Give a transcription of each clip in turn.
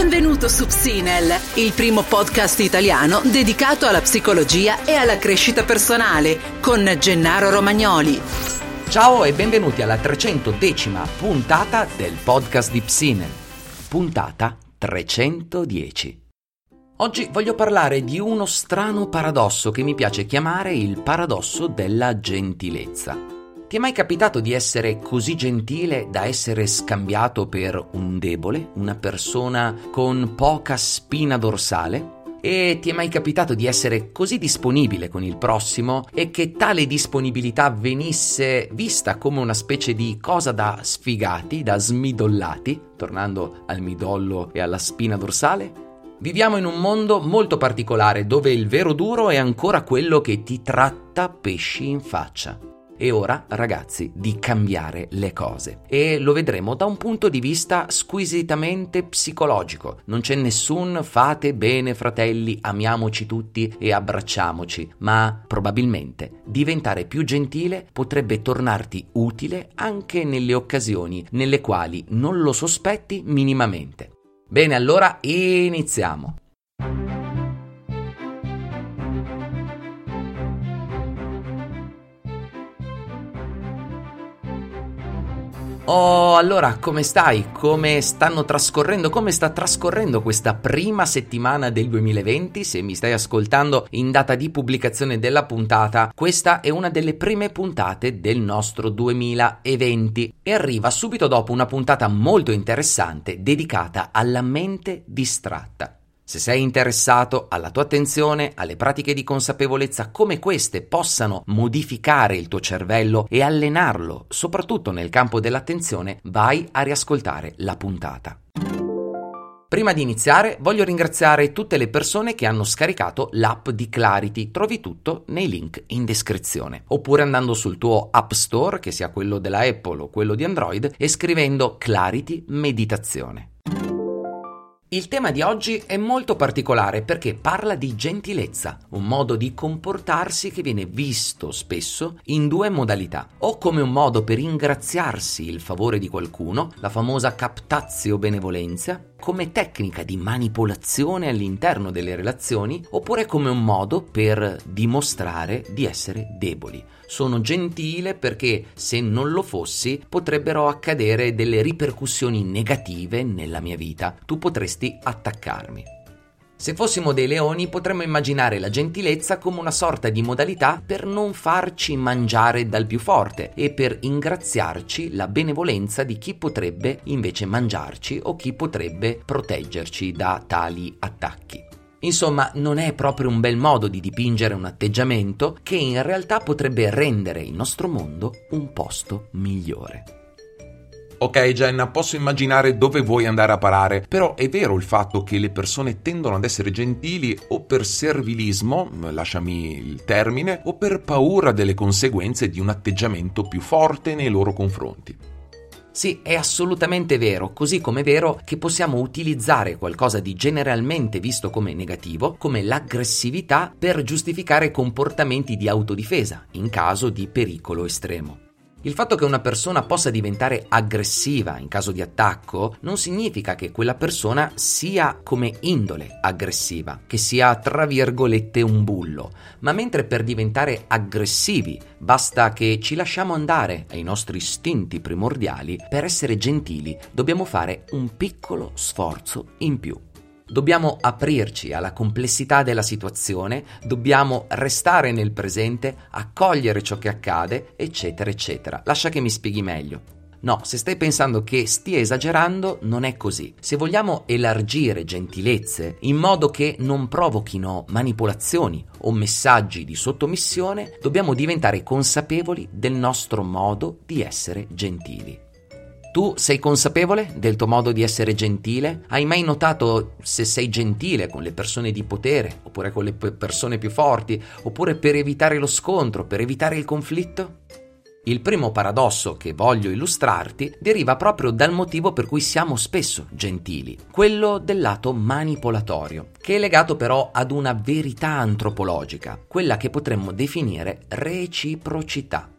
Benvenuto su Psinel, il primo podcast italiano dedicato alla psicologia e alla crescita personale, con Gennaro Romagnoli. Ciao e benvenuti alla 310ª puntata del podcast di Psinel, puntata 310. Oggi voglio parlare di uno strano paradosso che mi piace chiamare il paradosso della gentilezza. Ti è mai capitato di essere così gentile da essere scambiato per un debole, una persona con poca spina dorsale? E ti è mai capitato di essere così disponibile con il prossimo e che tale disponibilità venisse vista come una specie di cosa da sfigati, da smidollati, tornando al midollo e alla spina dorsale? Viviamo in un mondo molto particolare dove il vero duro è ancora quello che ti tratta pesci in faccia. È ora, ragazzi, di cambiare le cose e lo vedremo da un punto di vista squisitamente psicologico. Non c'è nessun fate bene fratelli, amiamoci tutti e abbracciamoci, ma probabilmente diventare più gentile potrebbe tornarti utile anche nelle occasioni nelle quali non lo sospetti minimamente. Bene, allora iniziamo. Oh, allora, come stai? Come sta trascorrendo questa prima settimana del 2020? Se mi stai ascoltando in data di pubblicazione della puntata, questa è una delle prime puntate del nostro 2020 e arriva subito dopo una puntata molto interessante dedicata alla mente distratta. Se sei interessato alla tua attenzione, alle pratiche di consapevolezza, come queste possano modificare il tuo cervello e allenarlo, soprattutto nel campo dell'attenzione, vai a riascoltare la puntata. Prima di iniziare, voglio ringraziare tutte le persone che hanno scaricato l'app di Clarity. Trovi tutto nei link in descrizione. Oppure andando sul tuo App Store, che sia quello della Apple o quello di Android, e scrivendo Clarity Meditazione. Il tema di oggi è molto particolare perché parla di gentilezza, un modo di comportarsi che viene visto spesso in due modalità, o come un modo per ringraziarsi il favore di qualcuno, la famosa captatio benevolentia, come tecnica di manipolazione all'interno delle relazioni, oppure come un modo per dimostrare di essere deboli. Sono gentile perché se non lo fossi potrebbero accadere delle ripercussioni negative nella mia vita. Tu potresti attaccarmi. Se fossimo dei leoni potremmo immaginare la gentilezza come una sorta di modalità per non farci mangiare dal più forte e per ingraziarci la benevolenza di chi potrebbe invece mangiarci o chi potrebbe proteggerci da tali attacchi. Insomma, non è proprio un bel modo di dipingere un atteggiamento che in realtà potrebbe rendere il nostro mondo un posto migliore. Ok Jenna, posso immaginare dove vuoi andare a parare, però è vero il fatto che le persone tendono ad essere gentili o per servilismo, lasciami il termine, o per paura delle conseguenze di un atteggiamento più forte nei loro confronti. Sì, è assolutamente vero, così come è vero che possiamo utilizzare qualcosa di generalmente visto come negativo, come l'aggressività, per giustificare comportamenti di autodifesa in caso di pericolo estremo. Il fatto che una persona possa diventare aggressiva in caso di attacco non significa che quella persona sia come indole aggressiva, che sia tra virgolette un bullo, ma mentre per diventare aggressivi basta che ci lasciamo andare ai nostri istinti primordiali, per essere gentili dobbiamo fare un piccolo sforzo in più. Dobbiamo aprirci alla complessità della situazione, dobbiamo restare nel presente, accogliere ciò che accade, eccetera, eccetera. Lascia che mi spieghi meglio. No, se stai pensando che stia esagerando, non è così. Se vogliamo elargire gentilezze in modo che non provochino manipolazioni o messaggi di sottomissione, dobbiamo diventare consapevoli del nostro modo di essere gentili. Tu sei consapevole del tuo modo di essere gentile? Hai mai notato se sei gentile con le persone di potere, oppure con le persone più forti, oppure per evitare lo scontro, per evitare il conflitto? Il primo paradosso che voglio illustrarti deriva proprio dal motivo per cui siamo spesso gentili, quello del lato manipolatorio, che è legato però ad una verità antropologica, quella che potremmo definire reciprocità.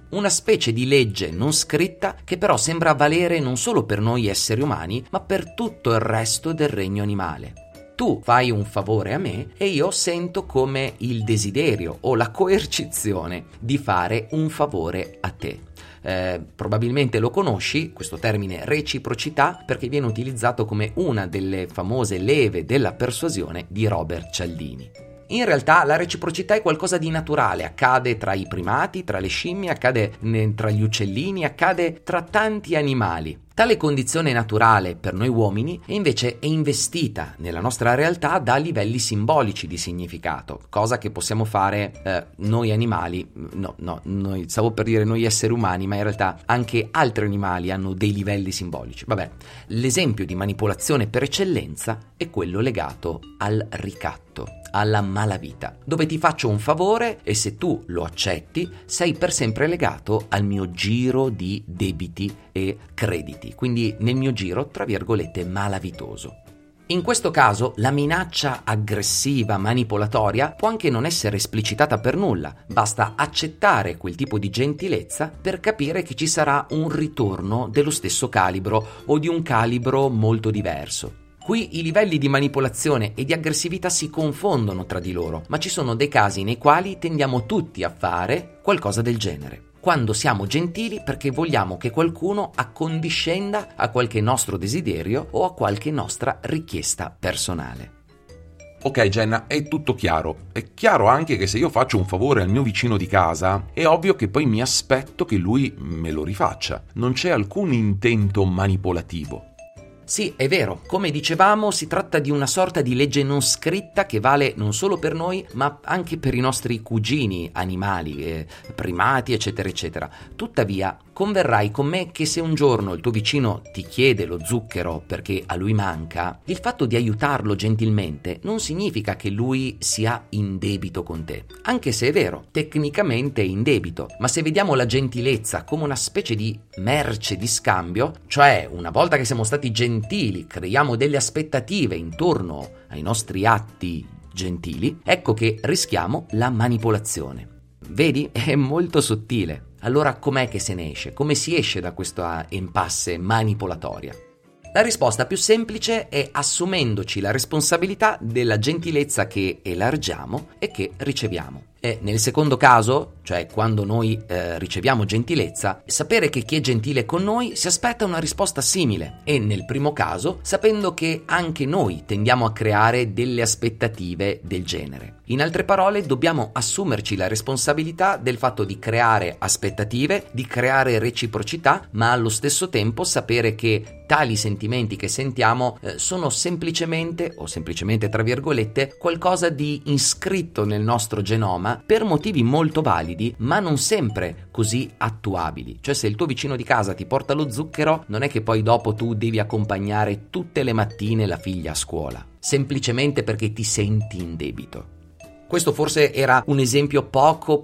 una specie di legge non scritta che però sembra valere non solo per noi esseri umani, ma per tutto il resto del regno animale. Tu fai un favore a me e io sento come il desiderio o la coercizione di fare un favore a te. Probabilmente lo conosci, questo termine reciprocità, perché viene utilizzato come una delle famose leve della persuasione di Robert Cialdini. In realtà la reciprocità è qualcosa di naturale, accade tra i primati, tra le scimmie, accade tra gli uccellini, accade tra tanti animali. Tale condizione naturale per noi uomini invece è investita nella nostra realtà da livelli simbolici di significato, cosa che possiamo fare noi animali, noi, stavo per dire noi esseri umani, ma in realtà anche altri animali hanno dei livelli simbolici. Vabbè, l'esempio di manipolazione per eccellenza è quello legato al ricatto, alla malavita, dove ti faccio un favore e se tu lo accetti sei per sempre legato al mio giro di debiti e crediti, quindi nel mio giro tra virgolette malavitoso. In questo caso la minaccia aggressiva manipolatoria può anche non essere esplicitata per nulla, basta accettare quel tipo di gentilezza per capire che ci sarà un ritorno dello stesso calibro o di un calibro molto diverso. Qui i livelli di manipolazione e di aggressività si confondono tra di loro, ma ci sono dei casi nei quali tendiamo tutti a fare qualcosa del genere. Quando siamo gentili perché vogliamo che qualcuno accondiscenda a qualche nostro desiderio o a qualche nostra richiesta personale. Ok Jenna, è tutto chiaro. È chiaro anche che se io faccio un favore al mio vicino di casa, è ovvio che poi mi aspetto che lui me lo rifaccia. Non c'è alcun intento manipolativo. Sì, è vero, come dicevamo si tratta di una sorta di legge non scritta che vale non solo per noi ma anche per i nostri cugini animali, primati eccetera eccetera. Tuttavia converrai con me che se un giorno il tuo vicino ti chiede lo zucchero perché a lui manca, il fatto di aiutarlo gentilmente non significa che lui sia in debito con te, anche se è vero, tecnicamente è in debito, ma se vediamo la gentilezza come una specie di merce di scambio, cioè una volta che siamo stati gentili, creiamo delle aspettative intorno ai nostri atti gentili, ecco che rischiamo la manipolazione. Vedi? È molto sottile. Allora com'è che se ne esce? Come si esce da questa impasse manipolatoria? La risposta più semplice è assumendoci la responsabilità della gentilezza che elargiamo e che riceviamo. E nel secondo caso, cioè quando noi riceviamo gentilezza, sapere che chi è gentile con noi si aspetta una risposta simile e nel primo caso sapendo che anche noi tendiamo a creare delle aspettative del genere. In altre parole, dobbiamo assumerci la responsabilità del fatto di creare aspettative, di creare reciprocità, ma allo stesso tempo sapere che tali sentimenti che sentiamo sono semplicemente, o semplicemente tra virgolette, qualcosa di iscritto nel nostro genoma per motivi molto validi, ma non sempre così attuabili. Cioè se il tuo vicino di casa ti porta lo zucchero, non è che poi dopo tu devi accompagnare tutte le mattine la figlia a scuola, semplicemente perché ti senti in debito. Questo forse era un esempio poco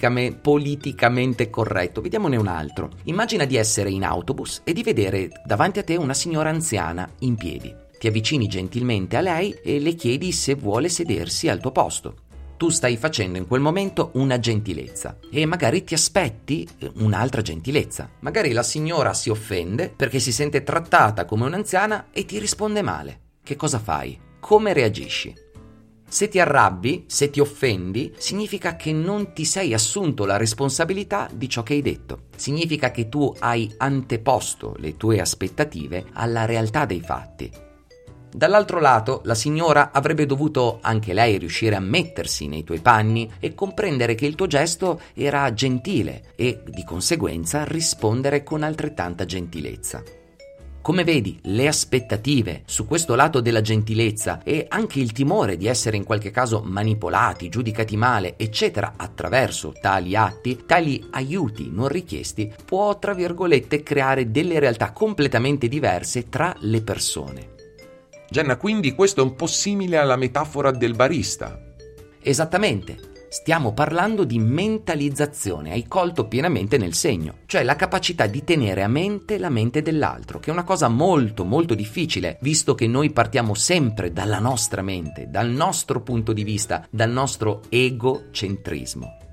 politicamente corretto. Vediamone un altro. Immagina di essere in autobus e di vedere davanti a te una signora anziana in piedi. Ti avvicini gentilmente a lei e le chiedi se vuole sedersi al tuo posto. Tu stai facendo in quel momento una gentilezza e magari ti aspetti un'altra gentilezza. Magari la signora si offende perché si sente trattata come un'anziana e ti risponde male. Che cosa fai? Come reagisci? Se ti arrabbi, se ti offendi, significa che non ti sei assunto la responsabilità di ciò che hai detto. Significa che tu hai anteposto le tue aspettative alla realtà dei fatti. Dall'altro lato, la signora avrebbe dovuto anche lei riuscire a mettersi nei tuoi panni e comprendere che il tuo gesto era gentile e, di conseguenza, rispondere con altrettanta gentilezza. Come vedi, le aspettative su questo lato della gentilezza e anche il timore di essere in qualche caso manipolati, giudicati male, eccetera, attraverso tali atti, tali aiuti non richiesti, può, tra virgolette, creare delle realtà completamente diverse tra le persone. Jenna, quindi questo è un po' simile alla metafora del barista. Esattamente. Stiamo parlando di mentalizzazione, hai colto pienamente nel segno, cioè la capacità di tenere a mente la mente dell'altro, che è una cosa molto molto difficile, visto che noi partiamo sempre dalla nostra mente, dal nostro punto di vista, dal nostro egocentrismo.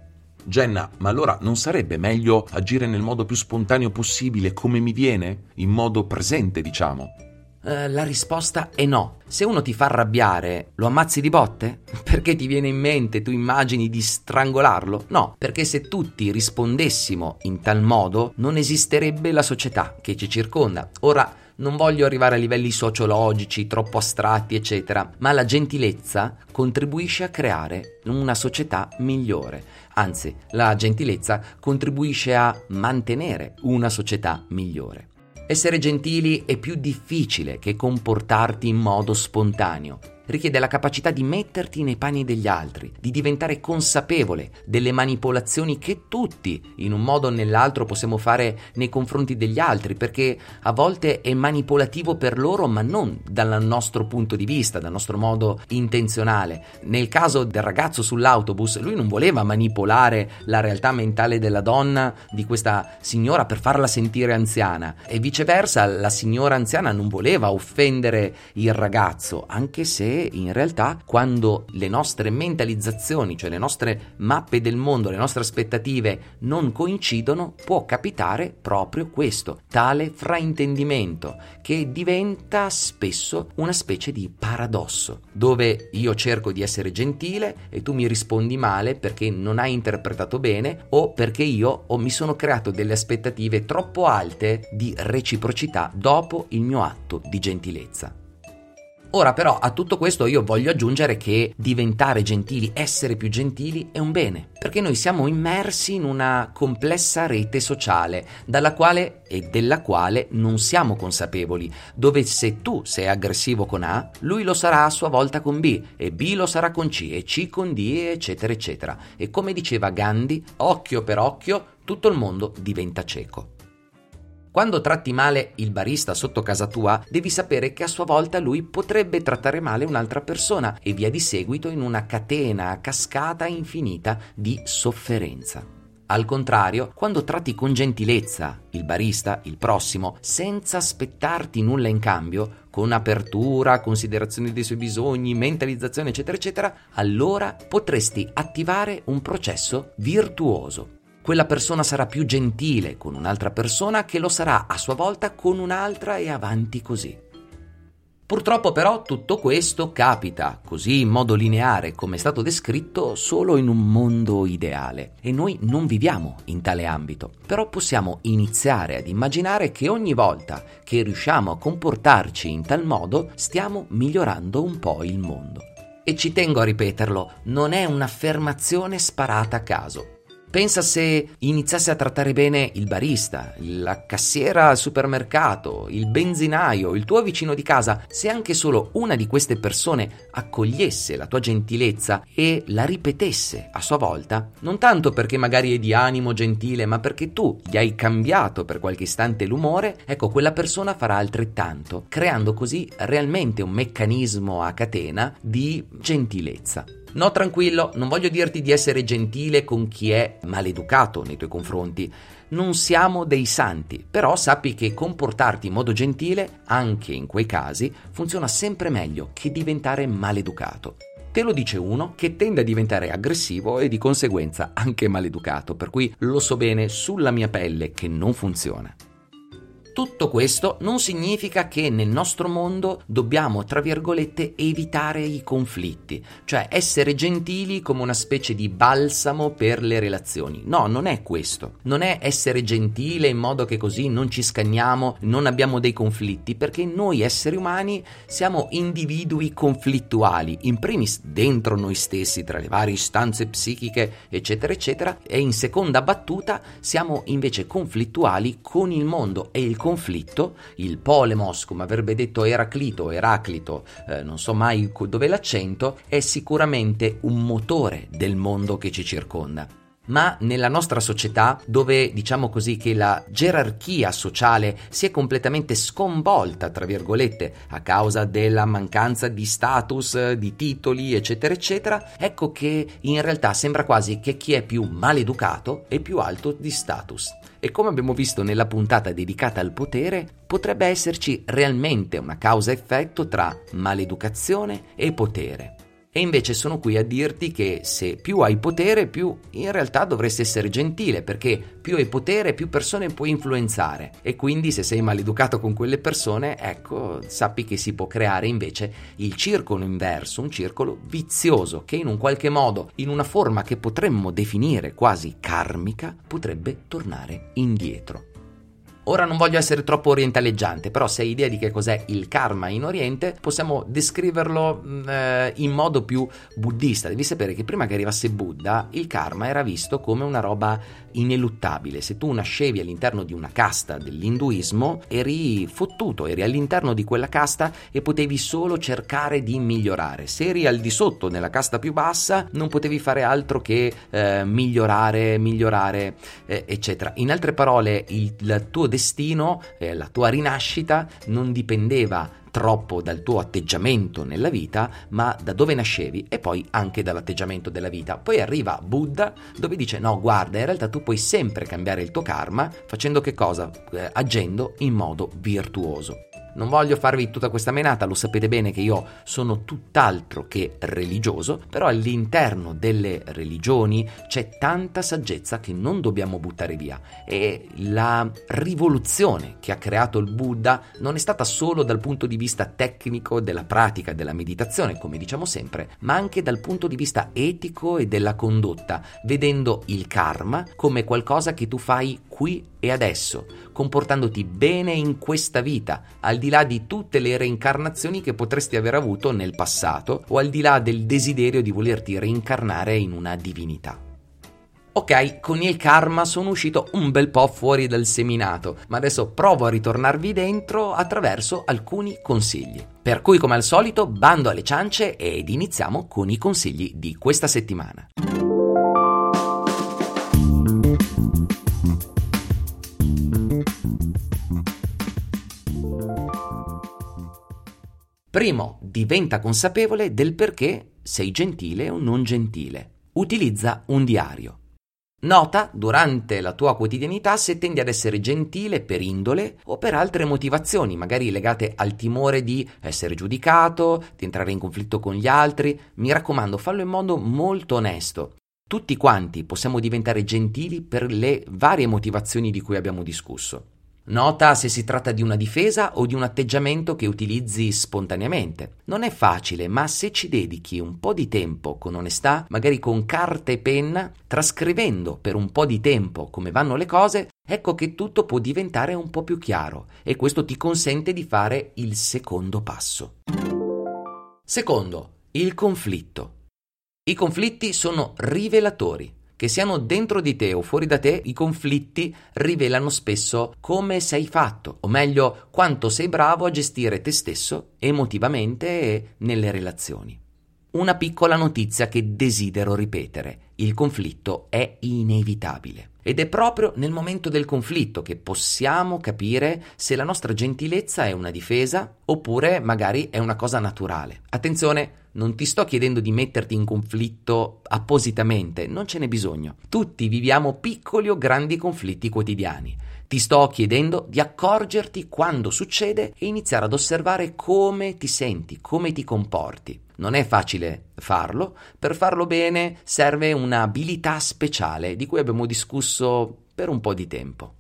Jenna, ma allora non sarebbe meglio agire nel modo più spontaneo possibile, come mi viene? In modo presente, diciamo. La risposta è no. Se uno ti fa arrabbiare, lo ammazzi di botte? Perché ti viene in mente, tu immagini di strangolarlo? No, perché se tutti rispondessimo in tal modo, non esisterebbe la società che ci circonda. Ora, non voglio arrivare a livelli sociologici troppo astratti, eccetera, ma la gentilezza contribuisce a creare una società migliore. Anzi, la gentilezza contribuisce a mantenere una società migliore. Essere gentili è più difficile che comportarti in modo spontaneo. Richiede la capacità di metterti nei panni degli altri, di diventare consapevole delle manipolazioni che tutti, in un modo o nell'altro, possiamo fare nei confronti degli altri, perché a volte è manipolativo per loro, ma non dal nostro punto di vista, dal nostro modo intenzionale. Nel caso del ragazzo sull'autobus, lui non voleva manipolare la realtà mentale della donna, di questa signora, per farla sentire anziana, e viceversa la signora anziana non voleva offendere il ragazzo, anche se in realtà quando le nostre mentalizzazioni, cioè le nostre mappe del mondo, le nostre aspettative non coincidono, può capitare proprio questo, tale fraintendimento che diventa spesso una specie di paradosso, dove io cerco di essere gentile e tu mi rispondi male perché non hai interpretato bene o perché io mi sono creato delle aspettative troppo alte di reciprocità dopo il mio atto di gentilezza. Ora però a tutto questo io voglio aggiungere che diventare gentili, essere più gentili è un bene, perché noi siamo immersi in una complessa rete sociale dalla quale e della quale non siamo consapevoli, dove se tu sei aggressivo con A, lui lo sarà a sua volta con B, e B lo sarà con C, e C con D, eccetera eccetera. E come diceva Gandhi, occhio per occhio tutto il mondo diventa cieco. Quando tratti male il barista sotto casa tua, devi sapere che a sua volta lui potrebbe trattare male un'altra persona e via di seguito in una catena a cascata infinita di sofferenza. Al contrario, quando tratti con gentilezza il barista, il prossimo, senza aspettarti nulla in cambio, con apertura, considerazione dei suoi bisogni, mentalizzazione, eccetera, eccetera, allora potresti attivare un processo virtuoso. Quella persona sarà più gentile con un'altra persona che lo sarà a sua volta con un'altra e avanti così. Purtroppo però tutto questo capita così in modo lineare come è stato descritto solo in un mondo ideale e noi non viviamo in tale ambito, però possiamo iniziare ad immaginare che ogni volta che riusciamo a comportarci in tal modo stiamo migliorando un po' il mondo. E ci tengo a ripeterlo, non è un'affermazione sparata a caso. Pensa se iniziasse a trattare bene il barista, la cassiera al supermercato, il benzinaio, il tuo vicino di casa, se anche solo una di queste persone accogliesse la tua gentilezza e la ripetesse a sua volta, non tanto perché magari è di animo gentile, ma perché tu gli hai cambiato per qualche istante l'umore, ecco, quella persona farà altrettanto, creando così realmente un meccanismo a catena di gentilezza. No, tranquillo, non voglio dirti di essere gentile con chi è maleducato nei tuoi confronti. Non siamo dei santi, però sappi che comportarti in modo gentile, anche in quei casi, funziona sempre meglio che diventare maleducato. Te lo dice uno che tende a diventare aggressivo e di conseguenza anche maleducato, per cui lo so bene sulla mia pelle che non funziona. Tutto questo non significa che nel nostro mondo dobbiamo, tra virgolette, evitare i conflitti, cioè essere gentili come una specie di balsamo per le relazioni. No, non è questo. Non è essere gentile in modo che così non ci scanniamo, non abbiamo dei conflitti, perché noi esseri umani siamo individui conflittuali, in primis dentro noi stessi, tra le varie istanze psichiche, eccetera, eccetera, e in seconda battuta siamo invece conflittuali con il mondo e il conflitto, il polemos, come avrebbe detto Eraclito, non so mai dove è l'accento, è sicuramente un motore del mondo che ci circonda. Ma nella nostra società, dove diciamo così che la gerarchia sociale si è completamente sconvolta, tra virgolette, a causa della mancanza di status, di titoli, eccetera, eccetera, ecco che in realtà sembra quasi che chi è più maleducato è più alto di status. E come abbiamo visto nella puntata dedicata al potere, potrebbe esserci realmente una causa-effetto tra maleducazione e potere. E invece sono qui a dirti che se più hai potere, più in realtà dovresti essere gentile, perché più hai potere, più persone puoi influenzare. E quindi se sei maleducato con quelle persone, ecco, sappi che si può creare invece il circolo inverso, un circolo vizioso che in un qualche modo, in una forma che potremmo definire quasi karmica, potrebbe tornare indietro. Ora non voglio essere troppo orientaleggiante, però se hai idea di che cos'è il karma in Oriente, possiamo descriverlo in modo più buddista. Devi sapere che prima che arrivasse Buddha, il karma era visto come una roba ineluttabile. Se tu nascevi all'interno di una casta dell'induismo, eri fottuto, eri all'interno di quella casta e potevi solo cercare di migliorare. Se eri al di sotto, nella casta più bassa, non potevi fare altro che migliorare, eccetera. In altre parole, il tuo destino, la tua rinascita non dipendeva troppo dal tuo atteggiamento nella vita, ma da dove nascevi e poi anche dall'atteggiamento della vita. Poi arriva Buddha, dove dice no, guarda, in realtà tu puoi sempre cambiare il tuo karma facendo che cosa? Agendo in modo virtuoso. Non voglio farvi tutta questa menata, lo sapete bene che io sono tutt'altro che religioso, però all'interno delle religioni c'è tanta saggezza che non dobbiamo buttare via, e la rivoluzione che ha creato il Buddha non è stata solo dal punto di vista tecnico della pratica della meditazione, come diciamo sempre, ma anche dal punto di vista etico e della condotta, vedendo il karma come qualcosa che tu fai qui e adesso, comportandoti bene in questa vita, al di là di tutte le reincarnazioni che potresti aver avuto nel passato o al di là del desiderio di volerti reincarnare in una divinità. Ok, con il karma sono uscito un bel po' fuori dal seminato, ma adesso provo a ritornarvi dentro attraverso alcuni consigli. Per cui, come al solito, bando alle ciance ed iniziamo con i consigli di questa settimana. Primo, diventa consapevole del perché sei gentile o non gentile. Utilizza un diario. Nota durante la tua quotidianità se tendi ad essere gentile per indole o per altre motivazioni, magari legate al timore di essere giudicato, di entrare in conflitto con gli altri. Mi raccomando, fallo in modo molto onesto. Tutti quanti possiamo diventare gentili per le varie motivazioni di cui abbiamo discusso. Nota se si tratta di una difesa o di un atteggiamento che utilizzi spontaneamente. Non è facile, ma se ci dedichi un po' di tempo con onestà, magari con carta e penna, trascrivendo per un po' di tempo come vanno le cose, ecco che tutto può diventare un po' più chiaro e questo ti consente di fare il secondo passo. Secondo, il conflitto. I conflitti sono rivelatori. Che siano dentro di te o fuori da te, i conflitti rivelano spesso come sei fatto, o meglio, quanto sei bravo a gestire te stesso emotivamente e nelle relazioni. Una piccola notizia che desidero ripetere: il conflitto è inevitabile. Ed è proprio nel momento del conflitto che possiamo capire se la nostra gentilezza è una difesa oppure magari è una cosa naturale. Attenzione, non ti sto chiedendo di metterti in conflitto appositamente, non ce n'è bisogno. Tutti viviamo piccoli o grandi conflitti quotidiani. Ti sto chiedendo di accorgerti quando succede e iniziare ad osservare come ti senti, come ti comporti. Non è facile farlo, per farlo bene serve un'abilità speciale di cui abbiamo discusso per un po' di tempo.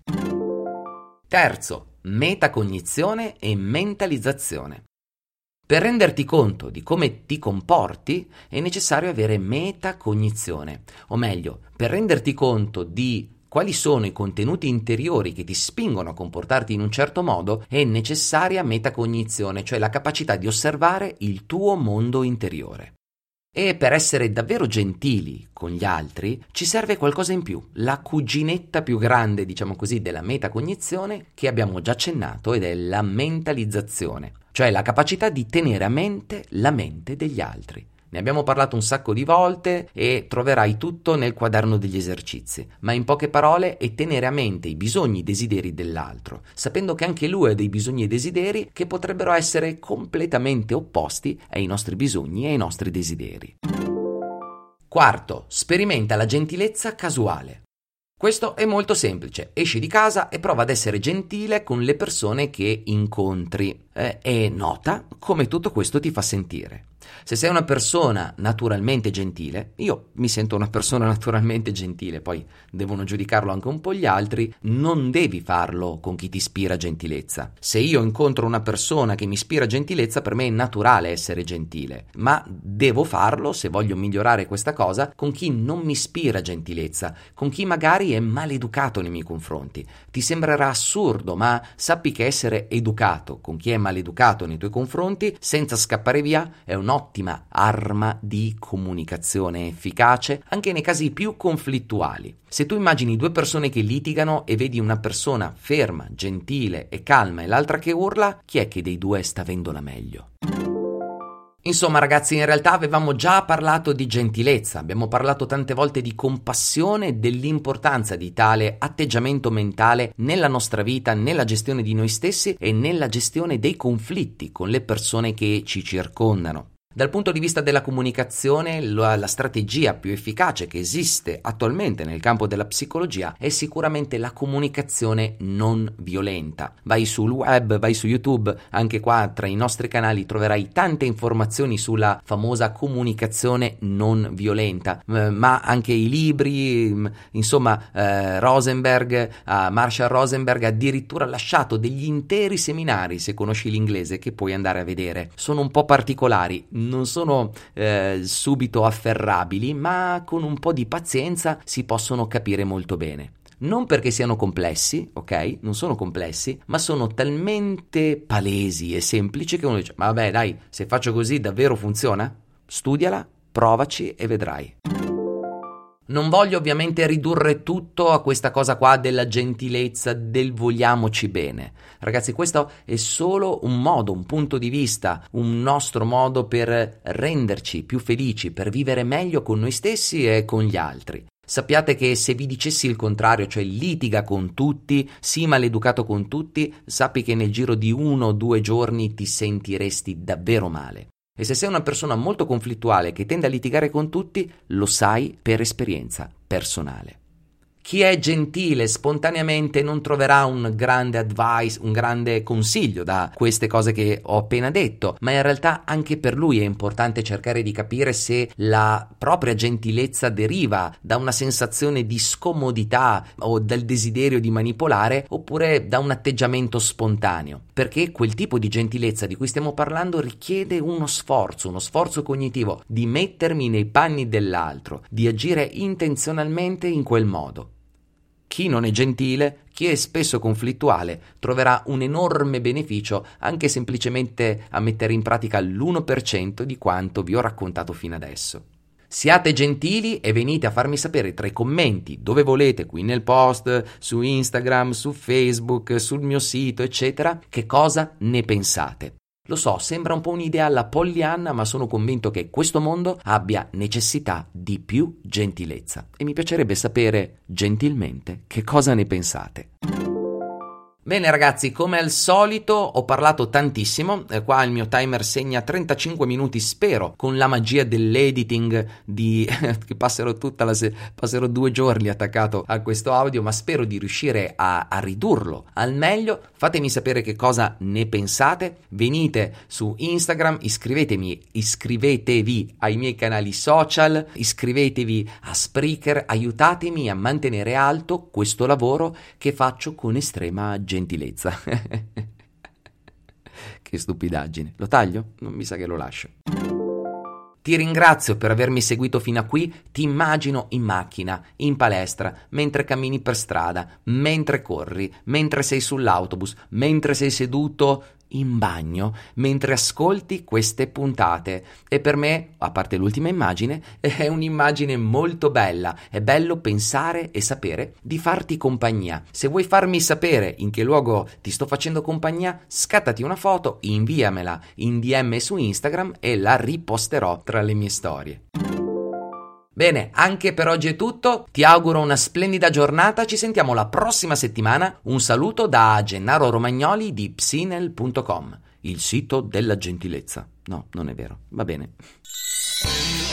Terzo, metacognizione e mentalizzazione. Per renderti conto di come ti comporti è necessario avere metacognizione, o meglio, per renderti conto di quali sono i contenuti interiori che ti spingono a comportarti in un certo modo è necessaria metacognizione, cioè la capacità di osservare il tuo mondo interiore. E per essere davvero gentili con gli altri ci serve qualcosa in più, la cuginetta più grande, diciamo così, della metacognizione che abbiamo già accennato ed è la mentalizzazione, cioè la capacità di tenere a mente la mente degli altri. Ne abbiamo parlato un sacco di volte e troverai tutto nel quaderno degli esercizi, ma in poche parole è tenere a mente i bisogni e i desideri dell'altro, sapendo che anche lui ha dei bisogni e desideri che potrebbero essere completamente opposti ai nostri bisogni e ai nostri desideri. Quarto, sperimenta la gentilezza casuale. Questo è molto semplice, esci di casa e prova ad essere gentile con le persone che incontri. e nota come tutto questo ti fa sentire. Se sei una persona naturalmente gentile, io mi sento una persona naturalmente gentile, poi devono giudicarlo anche un po' gli altri, non devi farlo con chi ti ispira gentilezza. Se io incontro una persona che mi ispira gentilezza, per me è naturale essere gentile, ma devo farlo, se voglio migliorare questa cosa, con chi non mi ispira gentilezza, con chi magari è maleducato nei miei confronti. Ti sembrerà assurdo, ma sappi che essere educato con chi è maleducato nei tuoi confronti, senza scappare via, è un'ottima arma di comunicazione efficace anche nei casi più conflittuali. Se tu immagini due persone che litigano e vedi una persona ferma, gentile e calma e l'altra che urla, chi è che dei due sta avendo la meglio? Insomma ragazzi, in realtà avevamo già parlato di gentilezza, abbiamo parlato tante volte di compassione e dell'importanza di tale atteggiamento mentale nella nostra vita, nella gestione di noi stessi e nella gestione dei conflitti con le persone che ci circondano. Dal punto di vista della comunicazione, la strategia più efficace che esiste attualmente nel campo della psicologia è sicuramente la comunicazione non violenta. Vai sul web, vai su YouTube, anche qua tra i nostri canali troverai tante informazioni sulla famosa comunicazione non violenta, ma anche i libri, insomma Marshall Rosenberg ha addirittura lasciato degli interi seminari, se conosci l'inglese, che puoi andare a vedere. Sono un po' particolari, non sono subito afferrabili, ma con un po' di pazienza si possono capire molto bene. Non perché siano complessi, ok? Non sono complessi, ma sono talmente palesi e semplici che uno dice: ma vabbè dai, se faccio così davvero funziona? Studiala, provaci e vedrai. Non voglio ovviamente ridurre tutto a questa cosa qua della gentilezza, del vogliamoci bene. Ragazzi, questo è solo un modo, un punto di vista, un nostro modo per renderci più felici, per vivere meglio con noi stessi e con gli altri. Sappiate che se vi dicessi il contrario, cioè litiga con tutti, sii maleducato con tutti, sappi che nel giro di 1 o 2 giorni ti sentiresti davvero male. E se sei una persona molto conflittuale che tende a litigare con tutti, lo sai per esperienza personale. Chi è gentile spontaneamente non troverà un grande advice, un grande consiglio da queste cose che ho appena detto, ma in realtà anche per lui è importante cercare di capire se la propria gentilezza deriva da una sensazione di scomodità o dal desiderio di manipolare oppure da un atteggiamento spontaneo, perché quel tipo di gentilezza di cui stiamo parlando richiede uno sforzo cognitivo di mettermi nei panni dell'altro, di agire intenzionalmente in quel modo. Chi non è gentile, chi è spesso conflittuale, troverà un enorme beneficio anche semplicemente a mettere in pratica l'1% di quanto vi ho raccontato fino adesso. Siate gentili e venite a farmi sapere tra i commenti, dove volete, qui nel post, su Instagram, su Facebook, sul mio sito, eccetera, che cosa ne pensate. Lo so, sembra un po' un'idea alla Pollyanna, ma sono convinto che questo mondo abbia necessità di più gentilezza e mi piacerebbe sapere gentilmente che cosa ne pensate. Bene ragazzi, come al solito ho parlato tantissimo, qua il mio timer segna 35 minuti, spero con la magia dell'editing che passerò 2 giorni attaccato a questo audio, ma spero di riuscire a ridurlo al meglio. Fatemi sapere che cosa ne pensate, venite su Instagram, iscrivetevi ai miei canali social, iscrivetevi a Spreaker, aiutatemi a mantenere alto questo lavoro che faccio con estrema gentilezza. Che stupidaggine. Lo taglio? Non mi sa che lo lascio. Ti ringrazio per avermi seguito fino a qui. Ti immagino in macchina, in palestra, mentre cammini per strada, mentre corri, mentre sei sull'autobus, mentre sei seduto in bagno, mentre ascolti queste puntate. E per me, a parte l'ultima immagine, è un'immagine molto bella. È bello pensare e sapere di farti compagnia. Se vuoi farmi sapere in che luogo ti sto facendo compagnia, scattati una foto, inviamela in DM su Instagram e la riposterò tra le mie storie. Bene, anche per oggi è tutto, ti auguro una splendida giornata, ci sentiamo la prossima settimana, un saluto da Gennaro Romagnoli di Psinel.com, il sito della gentilezza. No, non è vero, va bene.